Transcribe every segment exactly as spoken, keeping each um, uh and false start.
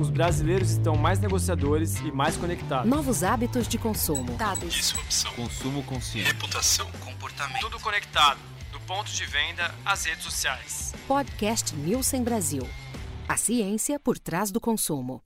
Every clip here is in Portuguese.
os brasileiros estão mais negociadores e mais conectados. Novos hábitos de consumo. Dados. Disrupção. Consumo consciente. Reputação. Comportamento. Tudo conectado, do ponto de venda às redes sociais. Podcast Nielsen Brasil. A ciência por trás do consumo.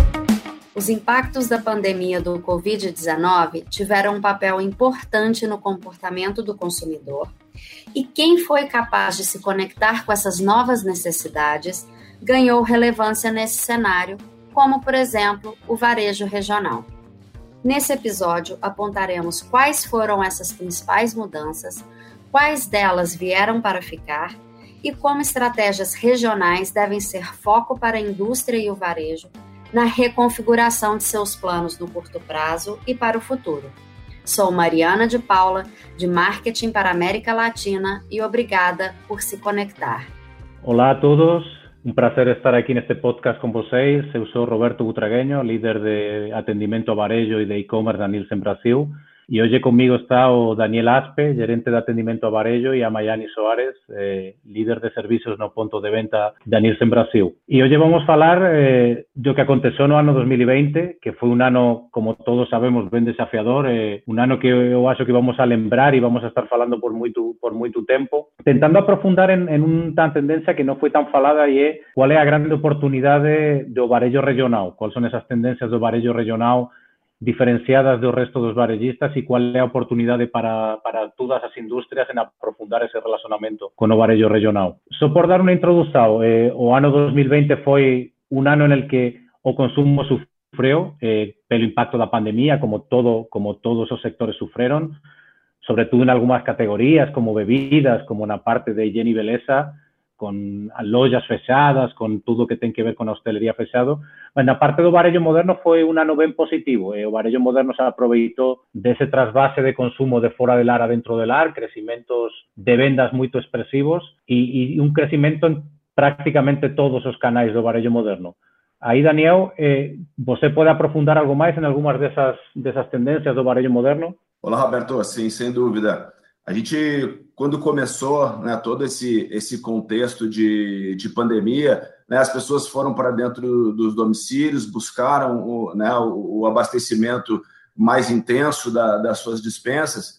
Os impactos da pandemia do covid dezenove tiveram um papel importante no comportamento do consumidor, e quem foi capaz de se conectar com essas novas necessidades ganhou relevância nesse cenário, como, por exemplo, o varejo regional. Nesse episódio, apontaremos quais foram essas principais mudanças, quais delas vieram para ficar e como estratégias regionais devem ser foco para a indústria e o varejo na reconfiguração de seus planos no curto prazo e para o futuro. Sou Mariana de Paula, de Marketing para a América Latina, e obrigada por se conectar. Olá a todos, um prazer estar aqui neste podcast com vocês. Eu sou Roberto Butragueño, líder de atendimento a varejo e de e-commerce da Nielsen Brasil. E hoje comigo está o Daniel Aspe, gerente de atendimento a varejo, e a Mayani Soares, eh, líder de serviços no ponto de venta da Nielsen Brasil. E hoje vamos falar eh, do que aconteceu no ano dois mil e vinte, que foi um ano, como todos sabemos, bem desafiador, eh, um ano que eu acho que vamos a lembrar e vamos a estar falando por muito, por muito tempo, tentando aprofundar em, em uma tendência que não foi tão falada, e é qual é a grande oportunidade do varejo regional, quais são essas tendências do varejo regional diferenciadas do resto dos varejistas e qual é a oportunidade para, para todas as indústrias em aprofundar esse relacionamento com o varejo regional. Só por dar uma introdução, eh, o ano dois mil e vinte foi um ano em que o consumo sofreu eh, pelo impacto da pandemia, como, todo, como todos os sectores sofreram, sobretudo em algumas categorias, como bebidas, como na parte de higiene e beleza, con lojas fechadas, con tudo que ten que ver con a hostelería fechado. Mas na parte do varejo moderno foi un ano ben positivo. E o varejo moderno se aproveitou dese trasvase de consumo de fora del ar a dentro del ar, crecimentos de vendas moito expresivos e, e un crecimento en prácticamente todos os canais do varejo moderno. Aí, Daniel, eh, você pode aprofundar algo máis en algunhas desas, desas tendencias do varejo moderno? Olá, Roberto. Sim, sem dúvida. A gente, quando começou, né, todo esse, esse contexto de, de pandemia, né, as pessoas foram para dentro dos domicílios, buscaram o, né, o, o abastecimento mais intenso da, das suas despensas,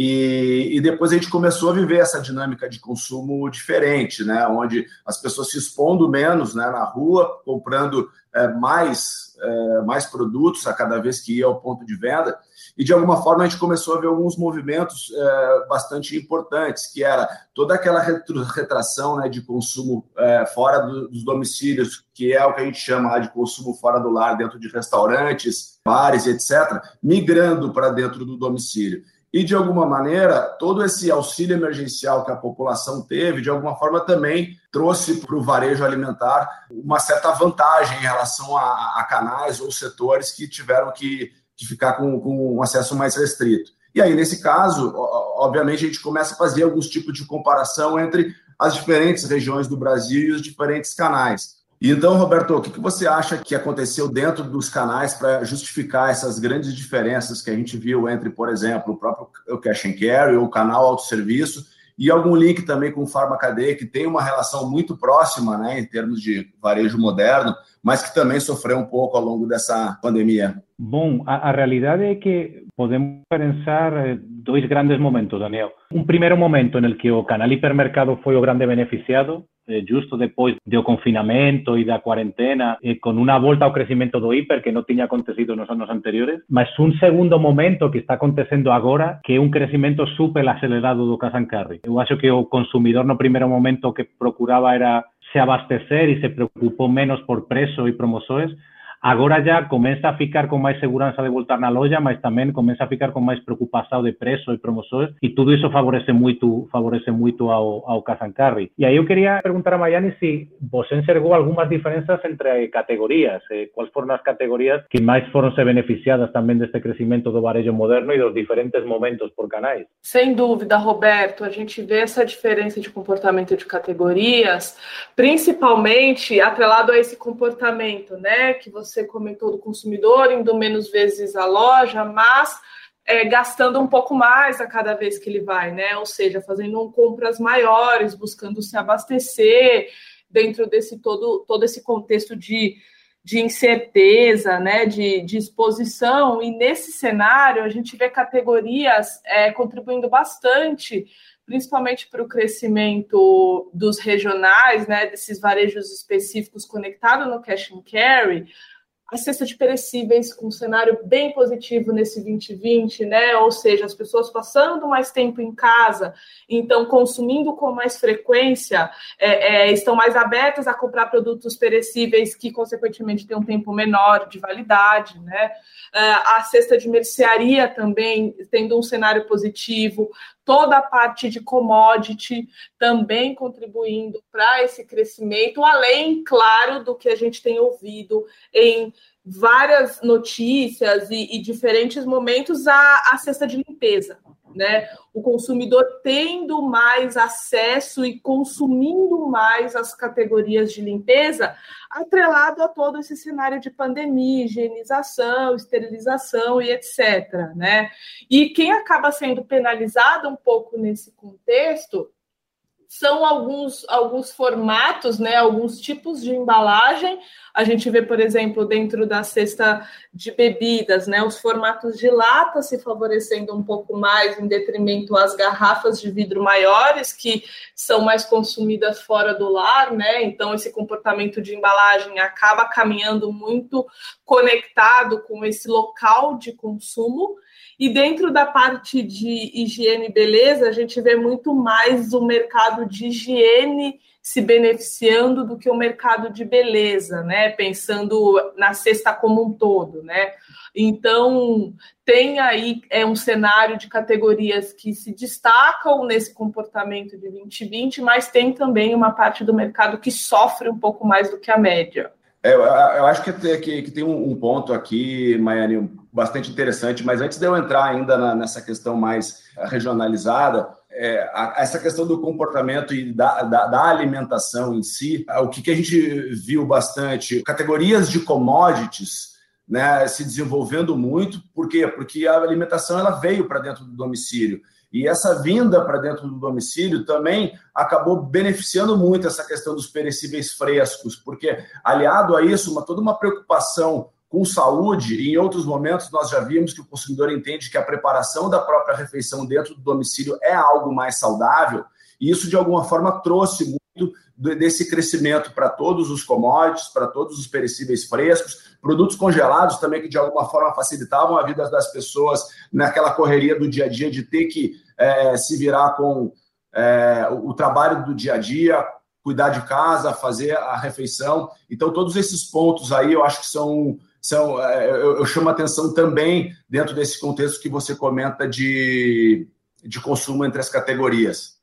e, e depois a gente começou a viver essa dinâmica de consumo diferente, né, onde as pessoas se expondo menos, né, na rua, comprando é, mais, é, mais produtos a cada vez que ia ao ponto de venda. E, de alguma forma, a gente começou a ver alguns movimentos é, bastante importantes, que era toda aquela retração, né, de consumo é, fora do, dos domicílios, que é o que a gente chama lá de consumo fora do lar, dentro de restaurantes, bares, etcétera, migrando para dentro do domicílio. E, de alguma maneira, todo esse auxílio emergencial que a população teve, de alguma forma, também trouxe para o varejo alimentar uma certa vantagem em relação a, a canais ou setores que tiveram que de ficar com, com um acesso mais restrito. E aí, nesse caso, obviamente, a gente começa a fazer alguns tipos de comparação entre as diferentes regiões do Brasil e os diferentes canais. E então, Roberto, o que você acha que aconteceu dentro dos canais para justificar essas grandes diferenças que a gente viu entre, por exemplo, o próprio Cash and Carry ou o canal autosserviço, e algum link também com o Farmacadeia, que tem uma relação muito próxima, né, em termos de varejo moderno, mas que também sofreu um pouco ao longo dessa pandemia? Bom, a, a realidade é que podemos pensar dois grandes momentos, Daniel. Um primeiro momento em que o canal hipermercado foi o grande beneficiado, eh, justo depois do confinamento e da quarentena, eh, com uma volta ao crescimento do hiper que não tinha acontecido nos anos anteriores, mas um segundo momento que está acontecendo agora, que é um crescimento super acelerado do cash and carry. Eu acho que o consumidor no primeiro momento que procurava era se abastecer e se preocupou menos por preço e promoções. Agora já começa a ficar com mais segurança de voltar na loja, mas também começa a ficar com mais preocupação de preço e promoções, e tudo isso favorece muito, favorece muito ao, ao cash and carry. E aí eu queria perguntar a Mayani se você enxergou algumas diferenças entre categorias, eh, quais foram as categorias que mais foram se beneficiadas também deste crescimento do varejo moderno e dos diferentes momentos por canais. Sem dúvida, Roberto, a gente vê essa diferença de comportamento de categorias, principalmente atrelado a esse comportamento, né, que você Você comentou do consumidor indo menos vezes à loja, mas é, gastando um pouco mais a cada vez que ele vai, né? Ou seja, fazendo compras maiores, buscando se abastecer dentro desse todo, todo esse contexto de de incerteza, né, de, de exposição, e nesse cenário a gente vê categorias é, contribuindo bastante, principalmente para o crescimento dos regionais, né, desses varejos específicos conectados no cash and carry, a cesta de perecíveis com um cenário bem positivo nesse vinte vinte, né? Ou seja, as pessoas passando mais tempo em casa, então consumindo com mais frequência, é, é, estão mais abertas a comprar produtos perecíveis que, consequentemente, têm um tempo menor de validade, né? A cesta de mercearia também tendo um cenário positivo, toda a parte de commodity também contribuindo para esse crescimento, além, claro, do que a gente tem ouvido em várias notícias e, e diferentes momentos, a, a cesta de limpeza, né? O consumidor tendo mais acesso e consumindo mais as categorias de limpeza, atrelado a todo esse cenário de pandemia, higienização, esterilização e etcétera, né? E quem acaba sendo penalizado um pouco nesse contexto são alguns, alguns formatos, né, alguns tipos de embalagem. A gente vê, por exemplo, dentro da cesta de bebidas, né, os formatos de lata se favorecendo um pouco mais em detrimento às garrafas de vidro maiores, que são mais consumidas fora do lar, né? Então esse comportamento de embalagem acaba caminhando muito conectado com esse local de consumo. E dentro da parte de higiene e beleza, a gente vê muito mais o mercado de higiene se beneficiando do que o mercado de beleza, né? Pensando na cesta como um todo, né? Então, tem aí é um cenário de categorias que se destacam nesse comportamento de vinte vinte, mas tem também uma parte do mercado que sofre um pouco mais do que a média. É, eu, eu acho que, que, que tem um, um ponto aqui, Maiane, bastante interessante, mas antes de eu entrar ainda na, nessa questão mais regionalizada, é, a, essa questão do comportamento e da, da, da alimentação em si, o que, que a gente viu bastante, categorias de commodities, né, se desenvolvendo muito. Por quê? Porque a alimentação ela veio para dentro do domicílio. E essa vinda para dentro do domicílio também acabou beneficiando muito essa questão dos perecíveis frescos, porque, aliado a isso, uma, toda uma preocupação com saúde, e em outros momentos nós já vimos que o consumidor entende que a preparação da própria refeição dentro do domicílio é algo mais saudável, e isso, de alguma forma, trouxe muito desse crescimento para todos os commodities, para todos os perecíveis frescos, produtos congelados também que de alguma forma facilitavam a vida das pessoas naquela correria do dia a dia de ter que é, se virar com é, o, o trabalho do dia a dia, cuidar de casa, fazer a refeição. Então, todos esses pontos aí eu acho que são, são é, eu, eu chamo a atenção também dentro desse contexto que você comenta de, de consumo entre as categorias.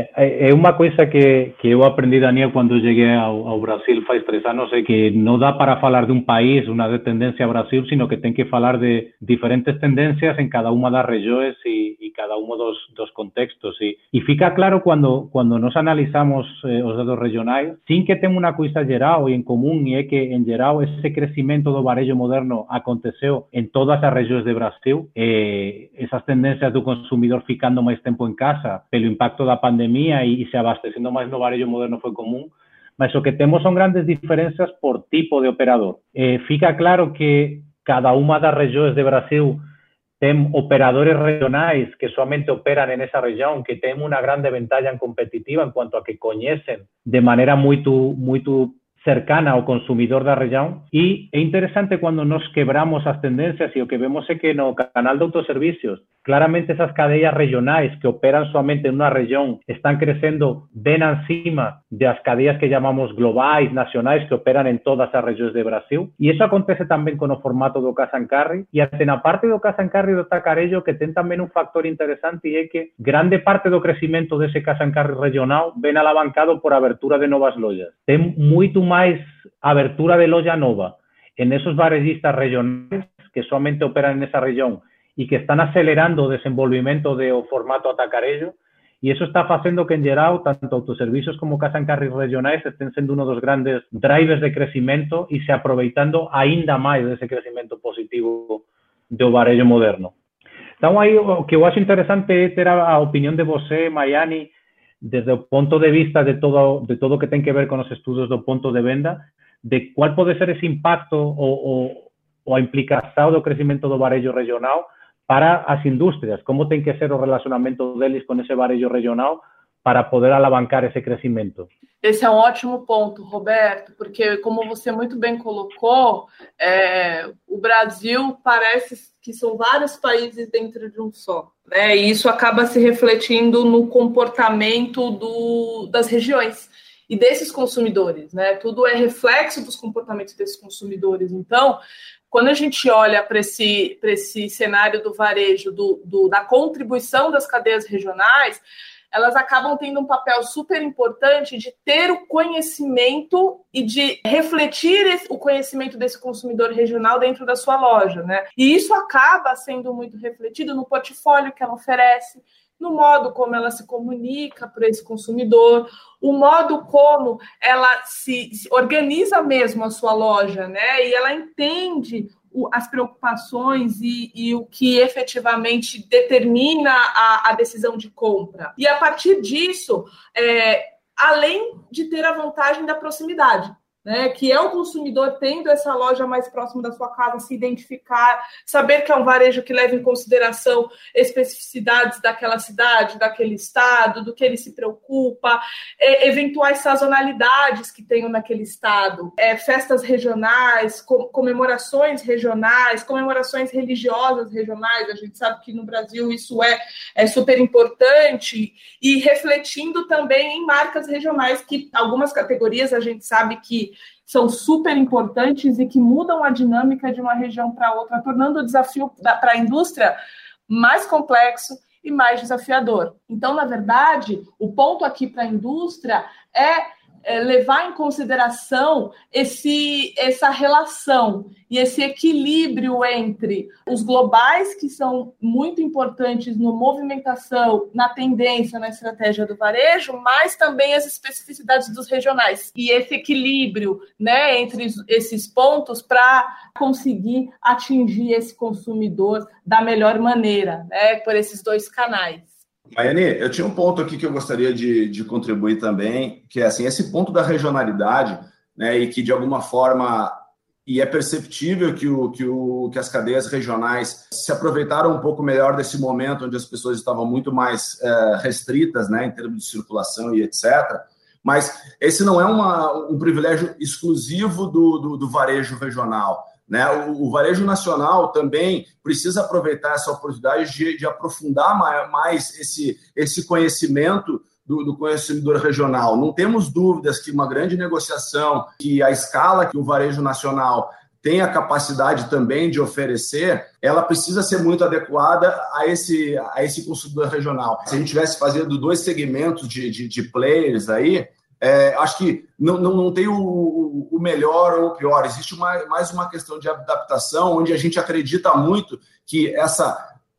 É uma coisa que, que eu aprendi, Daniel, quando eu cheguei ao, ao Brasil faz três anos, é que não dá para falar de um país, uma tendência Brasil, sino que tem que falar de diferentes tendências em cada uma das regiões e, e cada um dos, dos contextos. E, e fica claro quando, quando nós analisamos eh, os dados regionais, sim que tem uma coisa geral e em comum, e é que, em geral, esse crescimento do varejo moderno aconteceu em todas as regiões do Brasil. Eh, essas tendências do consumidor ficando mais tempo em casa, pelo impacto da pandemia, pandemia e, e se abastecendo mais no varejo moderno foi comum, mas o que temos são grandes diferenças por tipo de operador. Eh, fica claro que cada uma das regiões do Brasil tem operadores regionais que somente operam nessa região, que tem uma grande vantagem competitiva em quanto a que conhecem de maneira muito, muito cercana ao consumidor da região. E é interessante quando nós quebramos as tendências e o que vemos é que no canal de autoservicios, claramente essas cadeias regionais que operan somente en una región están creciendo bem acima das cadeias que chamamos globais, nacionais, que operan en todas as regiões de Brasil. E isso acontece também com o formato do cash and carry. E até na parte do cash and carry do tacarejo, que tem também um fator interessante, e é que grande parte do crescimento desse cash and carry regional vem alavancado por abertura de novas lojas. Tem muito mais abertura de loja nova en esos varejistas regionais que somente operan nessa região e que están acelerando o desenvolvimento do formato atacarejo, e isso está fazendo que, em geral, tanto autoservicios como cash and carry regionais estén sendo um dos grandes drivers de crescimento e se aproveitando ainda mais desse crescimento positivo do varejo moderno. Então, aí, o que eu acho interessante é ter a, a opinião de você, Maiane, desde o ponto de vista de todo, de todo que tem que ver com os estudos do ponto de venda, de qual pode ser esse impacto ou, ou, ou a implicação do crescimento do varejo regional para as indústrias, como tem que ser o relacionamento deles com esse varejo regional para poder alavancar esse crescimento. Esse é um ótimo ponto, Roberto, porque, como você muito bem colocou, é, o Brasil parece que são vários países dentro de um só, né? E isso acaba se refletindo no comportamento do, das regiões e desses consumidores, né? Tudo é reflexo dos comportamentos desses consumidores. Então, quando a gente olha para esse, para esse cenário do varejo, do, do, da contribuição das cadeias regionais, elas acabam tendo um papel super importante de ter o conhecimento e de refletir o conhecimento desse consumidor regional dentro da sua loja, né? E isso acaba sendo muito refletido no portfólio que ela oferece, no modo como ela se comunica para esse consumidor, o modo como ela se, se organiza mesmo a sua loja, né? E ela entende as preocupações e, e o que efetivamente determina a, a decisão de compra. E a partir disso, é, além de ter a vantagem da proximidade, né, que é o consumidor tendo essa loja mais próxima da sua casa, se identificar, saber que é um varejo que leva em consideração especificidades daquela cidade, daquele estado, do que ele se preocupa, é, eventuais sazonalidades que tenham naquele estado, é, festas regionais, com, comemorações regionais, comemorações religiosas regionais. A gente sabe que no Brasil isso é, é super importante, e refletindo também em marcas regionais, que algumas categorias a gente sabe que são super importantes e que mudam a dinâmica de uma região para outra, tornando o desafio para a indústria mais complexo e mais desafiador. Então, na verdade, o ponto aqui para a indústria é, é levar em consideração esse, essa relação e esse equilíbrio entre os globais, que são muito importantes na movimentação, na tendência, na estratégia do varejo, mas também as especificidades dos regionais. E esse equilíbrio, né, entre esses pontos para conseguir atingir esse consumidor da melhor maneira, né, por esses dois canais. Maiane, eu tinha um ponto aqui que eu gostaria de, de contribuir também, que é assim, esse ponto da regionalidade, né, e que de alguma forma, e é perceptível que, o, que, o, que as cadeias regionais se aproveitaram um pouco melhor desse momento onde as pessoas estavam muito mais é, restritas, né, em termos de circulação e etcétera. Mas esse não é uma, um privilégio exclusivo do, do, do varejo regional. Né? O, o varejo nacional também precisa aproveitar essa oportunidade de, de aprofundar mais, mais esse, esse conhecimento do, do consumidor regional. Não temos dúvidas que uma grande negociação, que a escala que o varejo nacional tem a capacidade também de oferecer, ela precisa ser muito adequada a esse, a esse consumidor regional. Se a gente estivesse fazendo dois segmentos de, de, de players aí, É, acho que não, não, não tem o, o melhor ou o pior, existe uma, mais uma questão de adaptação, onde a gente acredita muito que essa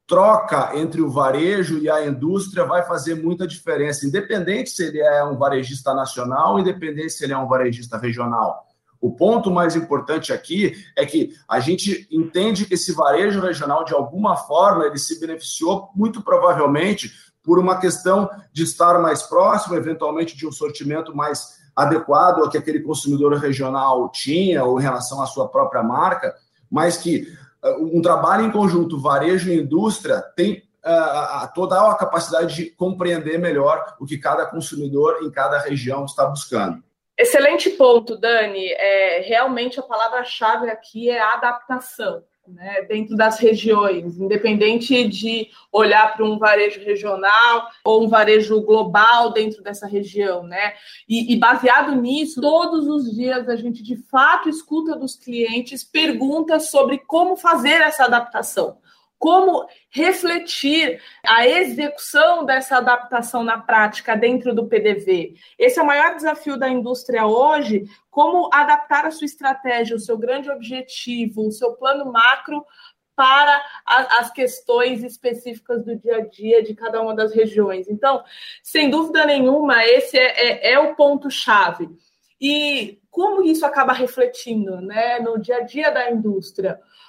troca entre o varejo e a indústria vai fazer muita diferença, independente se ele é um varejista nacional, independente se ele é um varejista regional. O ponto mais importante aqui é que a gente entende que esse varejo regional, de alguma forma, ele se beneficiou muito provavelmente por uma questão de estar mais próximo, eventualmente de um sortimento mais adequado ao que aquele consumidor regional tinha ou em relação à sua própria marca, mas que uh, um trabalho em conjunto, varejo e indústria, tem uh, toda a capacidade de compreender melhor o que cada consumidor em cada região está buscando. Excelente ponto, Dani. É, realmente a palavra-chave aqui é adaptação. Né, dentro das regiões, independente de olhar para um varejo regional ou um varejo global dentro dessa região, né? E, e baseado nisso, todos os dias a gente de fato escuta dos clientes perguntas sobre como fazer essa adaptação, como refletir a execução dessa adaptação na prática dentro do P D V. Esse é o maior desafio da indústria hoje, como adaptar a sua estratégia, o seu grande objetivo, o seu plano macro para a, as questões específicas do dia a dia de cada uma das regiões. Então, sem dúvida nenhuma, esse é, é, é o ponto-chave. E como isso acaba refletindo, né, no dia a dia da indústria?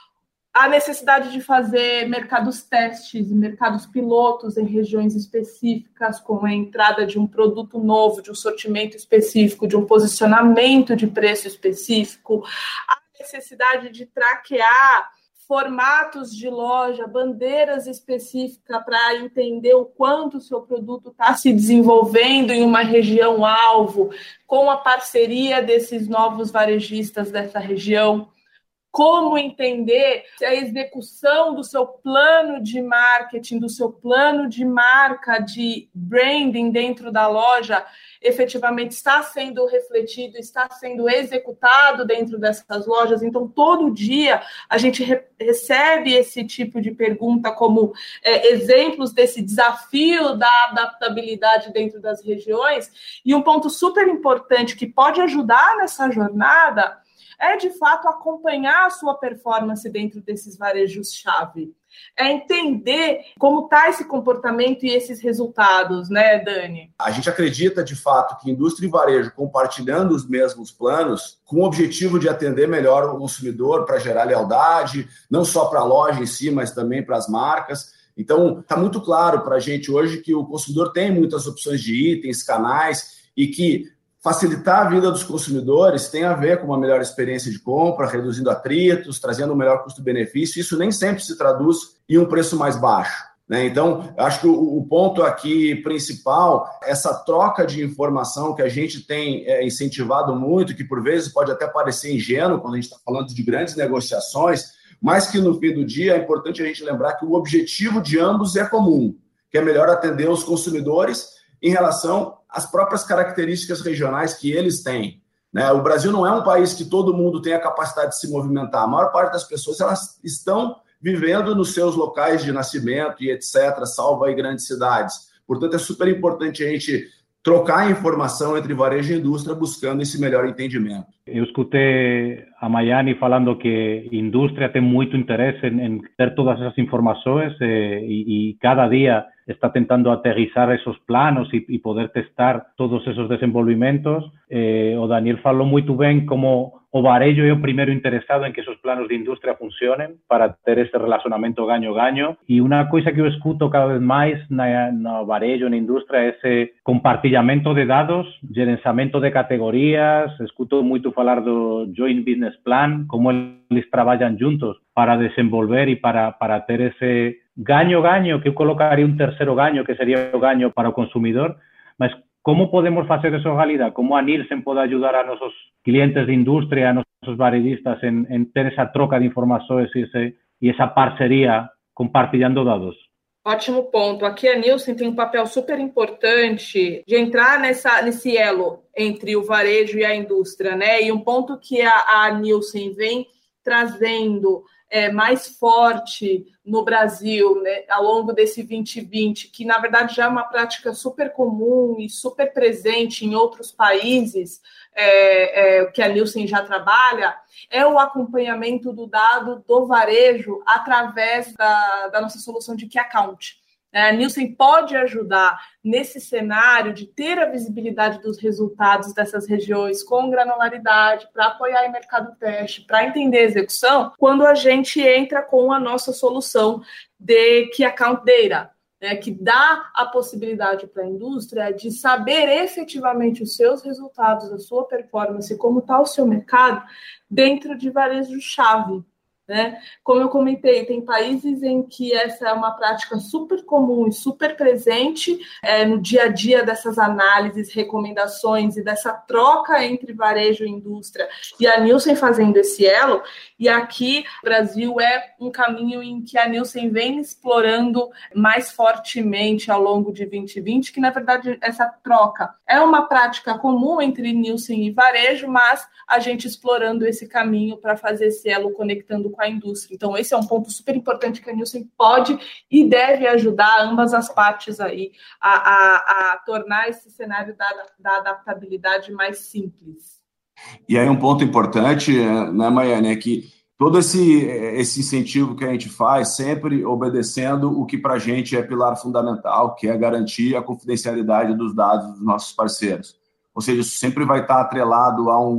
a necessidade de fazer mercados testes, mercados pilotos em regiões específicas, com a entrada de um produto novo, de um sortimento específico, de um posicionamento de preço específico, a necessidade de traquear formatos de loja, bandeiras específicas para entender o quanto o seu produto está se desenvolvendo em uma região-alvo, com a parceria desses novos varejistas dessa região. Como entender se a execução do seu plano de marketing, do seu plano de marca, de branding dentro da loja, efetivamente está sendo refletido, está sendo executado dentro dessas lojas. Então, todo dia a gente re- recebe esse tipo de pergunta como é, exemplos desse desafio da adaptabilidade dentro das regiões. E um ponto super importante que pode ajudar nessa jornada é, de fato, acompanhar a sua performance dentro desses varejos-chave. É entender como está esse comportamento e esses resultados, né, Dani? A gente acredita, de fato, que indústria e varejo compartilhando os mesmos planos, com o objetivo de atender melhor o consumidor para gerar lealdade, não só para a loja em si, mas também para as marcas. Então, está muito claro para a gente hoje que o consumidor tem muitas opções de itens, canais, e que facilitar a vida dos consumidores tem a ver com uma melhor experiência de compra, reduzindo atritos, trazendo um melhor custo-benefício. Isso nem sempre se traduz em um preço mais baixo, né? Então, acho que o, o ponto aqui principal, essa troca de informação que a gente tem é, incentivado muito, que por vezes pode até parecer ingênuo quando a gente está falando de grandes negociações, mas que no fim do dia é importante a gente lembrar que o objetivo de ambos é comum, que é melhor atender os consumidores em relação às próprias características regionais que eles têm, né? O Brasil não é um país que todo mundo tem a capacidade de se movimentar. A maior parte das pessoas elas estão vivendo nos seus locais de nascimento e etcétera, salvo aí grandes cidades. Portanto, é super importante a gente trocar informação entre varejo e indústria buscando esse melhor entendimento. Eu escutei a Maiane falando que a indústria tem muito interesse em, em ter todas essas informações eh, e, e cada dia está tentando aterrizar esos planos e, e poder testar todos esos desenvolvimentos. Eh, o Daniel falou muito bem como o varejo é o primeiro interessado em que esos planos de indústria funcionem para ter esse relacionamento ganho-ganho. E uma coisa que eu escuto cada vez mais na, no varejo, na indústria, é esse compartilhamento de dados, gerenciamento de categorias. Escuto muito falar do Joint Business Plan, como eles trabalham juntos para desenvolver e para, para ter esse ganho-ganho, que eu colocaria um terceiro ganho, que seria o ganho para o consumidor. Mas como podemos fazer isso realidade? Como a Nielsen pode ajudar a nossos clientes de indústria, a nossos varejistas em, em ter essa troca de informações e, esse, e essa parceria compartilhando dados? Ótimo ponto. Aqui a Nielsen tem um papel super importante de entrar nessa, nesse elo entre o varejo e a indústria, né? E um ponto que a, a Nielsen vem trazendo é, mais forte no Brasil, né, ao longo desse vinte vinte, que na verdade já é uma prática super comum e super presente em outros países, é, é, que a Nielsen já trabalha, é o acompanhamento do dado do varejo através da, da nossa solução de Key Account. A Nielsen pode ajudar nesse cenário de ter a visibilidade dos resultados dessas regiões com granularidade, para apoiar em mercado teste, para entender a execução, quando a gente entra com a nossa solução de Key Account Data, né, que dá a possibilidade para a indústria de saber efetivamente os seus resultados, a sua performance, como está o seu mercado dentro de varejo-chave. Né? Como eu comentei, tem países em que essa é uma prática super comum e super presente é, no dia a dia dessas análises, recomendações e dessa troca entre varejo e indústria, e a Nielsen fazendo esse elo. E aqui o Brasil é um caminho em que a Nielsen vem explorando mais fortemente ao longo de vinte vinte, que na verdade essa troca é uma prática comum entre Nielsen e varejo, mas a gente explorando esse caminho para fazer esse elo conectando com a indústria. Então, esse é um ponto super importante que a Nielsen pode e deve ajudar ambas as partes aí a, a, a tornar esse cenário da, da adaptabilidade mais simples. E aí um ponto importante, né, Maiane, é que todo esse, esse incentivo que a gente faz, sempre obedecendo o que para a gente é pilar fundamental, que é garantir a confidencialidade dos dados dos nossos parceiros. Ou seja, isso sempre vai estar atrelado a um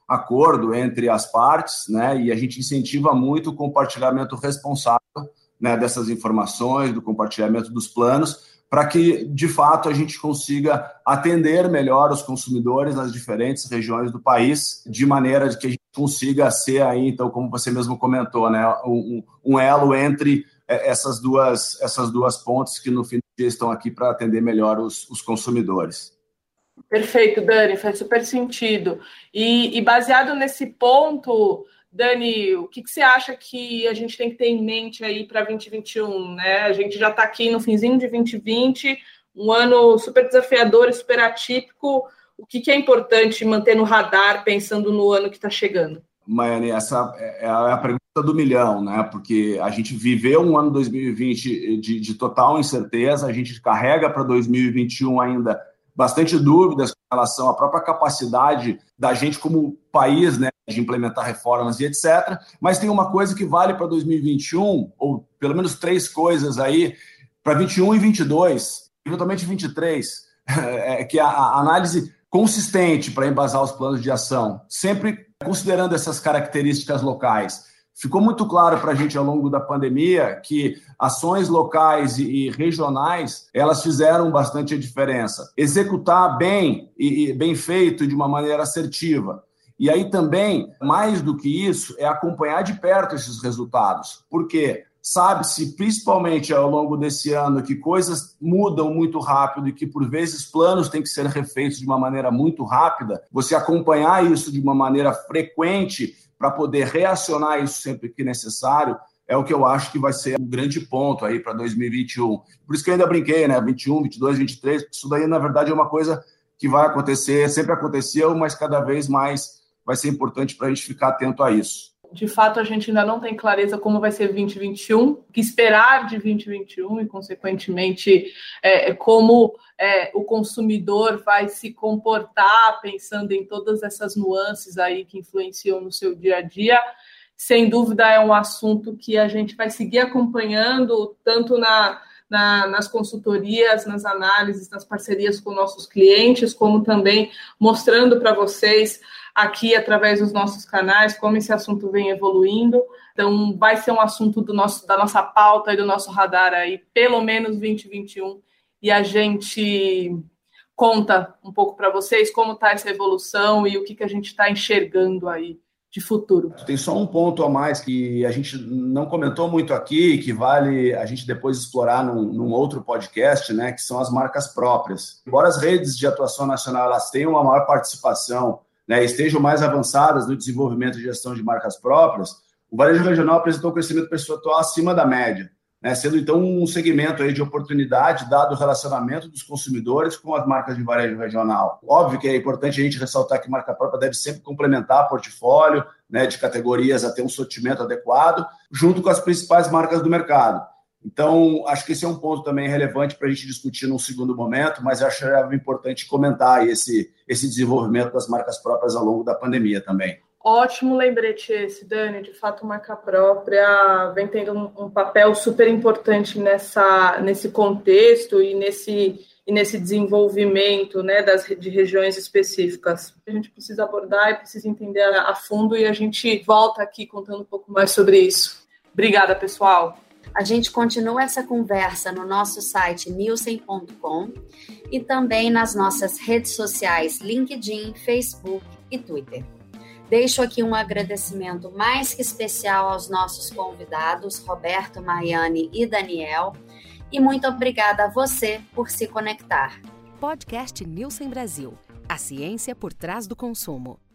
acordo entre as partes, né, e a gente incentiva muito o compartilhamento responsável, né, dessas informações, do compartilhamento dos planos, para que, de fato, a gente consiga atender melhor os consumidores nas diferentes regiões do país, de maneira que a gente consiga ser aí, então, como você mesmo comentou, né, um, um elo entre essas duas, essas duas pontes que, no fim do dia, estão aqui para atender melhor os, os consumidores. Perfeito, Dani, faz super sentido. E, e baseado nesse ponto, Dani, o que, que você acha que a gente tem que ter em mente aí para vinte e vinte e um, né? A gente já está aqui no finzinho de vinte e vinte, um ano super desafiador e super atípico. O que, que é importante manter no radar pensando no ano que está chegando? Maiane, essa é a pergunta do milhão, né? Porque a gente viveu um ano dois mil e vinte de, de total incerteza, a gente carrega para dois mil e vinte e um ainda bastante dúvidas com relação à própria capacidade da gente como país, né, de implementar reformas e etcétera. Mas tem uma coisa que vale para dois mil e vinte e um, ou pelo menos três coisas aí, para vinte e um e vinte e dois, eventualmente vinte e três, é, que a, a análise consistente para embasar os planos de ação, sempre considerando essas características locais. Ficou muito claro para a gente ao longo da pandemia que ações locais e, e regionais, elas fizeram bastante a diferença. Executar bem e, e bem feito de uma maneira assertiva. E aí também, mais do que isso, é acompanhar de perto esses resultados. Porque sabe-se, principalmente ao longo desse ano, que coisas mudam muito rápido e que, por vezes, planos têm que ser refeitos de uma maneira muito rápida. Você acompanhar isso de uma maneira frequente para poder reacionar isso sempre que necessário, é o que eu acho que vai ser um grande ponto aí para dois mil e vinte e um. Por isso que eu ainda brinquei, né? vinte e um, vinte e dois, vinte e três, isso daí, na verdade, é uma coisa que vai acontecer, sempre aconteceu, mas cada vez mais vai ser importante para a gente ficar atento a isso. De fato, a gente ainda não tem clareza como vai ser vinte e vinte e um, o que esperar de vinte e vinte e um e, consequentemente, é, como é, o consumidor vai se comportar pensando em todas essas nuances aí que influenciam no seu dia a dia. Sem dúvida, é um assunto que a gente vai seguir acompanhando, tanto na, na, nas consultorias, nas análises, nas parcerias com nossos clientes, como também mostrando para vocês aqui através dos nossos canais, como esse assunto vem evoluindo. Então, vai ser um assunto do nosso, da nossa pauta e do nosso radar aí, pelo menos vinte e vinte e um, e a gente conta um pouco para vocês como está essa evolução e o que, que a gente está enxergando aí de futuro. Tem só um ponto a mais que a gente não comentou muito aqui, que vale a gente depois explorar num, num outro podcast, né, que são as marcas próprias. Embora as redes de atuação nacional elas tenham uma maior participação, né, estejam mais avançadas no desenvolvimento e gestão de marcas próprias, o varejo regional apresentou um crescimento percentual acima da média, né, sendo então um segmento aí de oportunidade dado o relacionamento dos consumidores com as marcas de varejo regional. Óbvio que é importante a gente ressaltar que marca própria deve sempre complementar portfólio, né, de categorias a ter um sortimento adequado, junto com as principais marcas do mercado. Então, acho que esse é um ponto também relevante para a gente discutir num segundo momento, mas acho importante comentar esse, esse desenvolvimento das marcas próprias ao longo da pandemia também. Ótimo lembrete esse, Dani. De fato, marca própria vem tendo um, um papel super importante nessa, nesse contexto e nesse, e nesse desenvolvimento, né, das, de regiões específicas. A gente precisa abordar e precisa entender a, a fundo e a gente volta aqui contando um pouco mais sobre isso. Obrigada, pessoal. A gente continua essa conversa no nosso site nielsen ponto com e também nas nossas redes sociais LinkedIn, Facebook e Twitter. Deixo aqui um agradecimento mais que especial aos nossos convidados, Roberto, Maiane e Daniel, e muito obrigada a você por se conectar. Podcast Nielsen Brasil. A ciência por trás do consumo.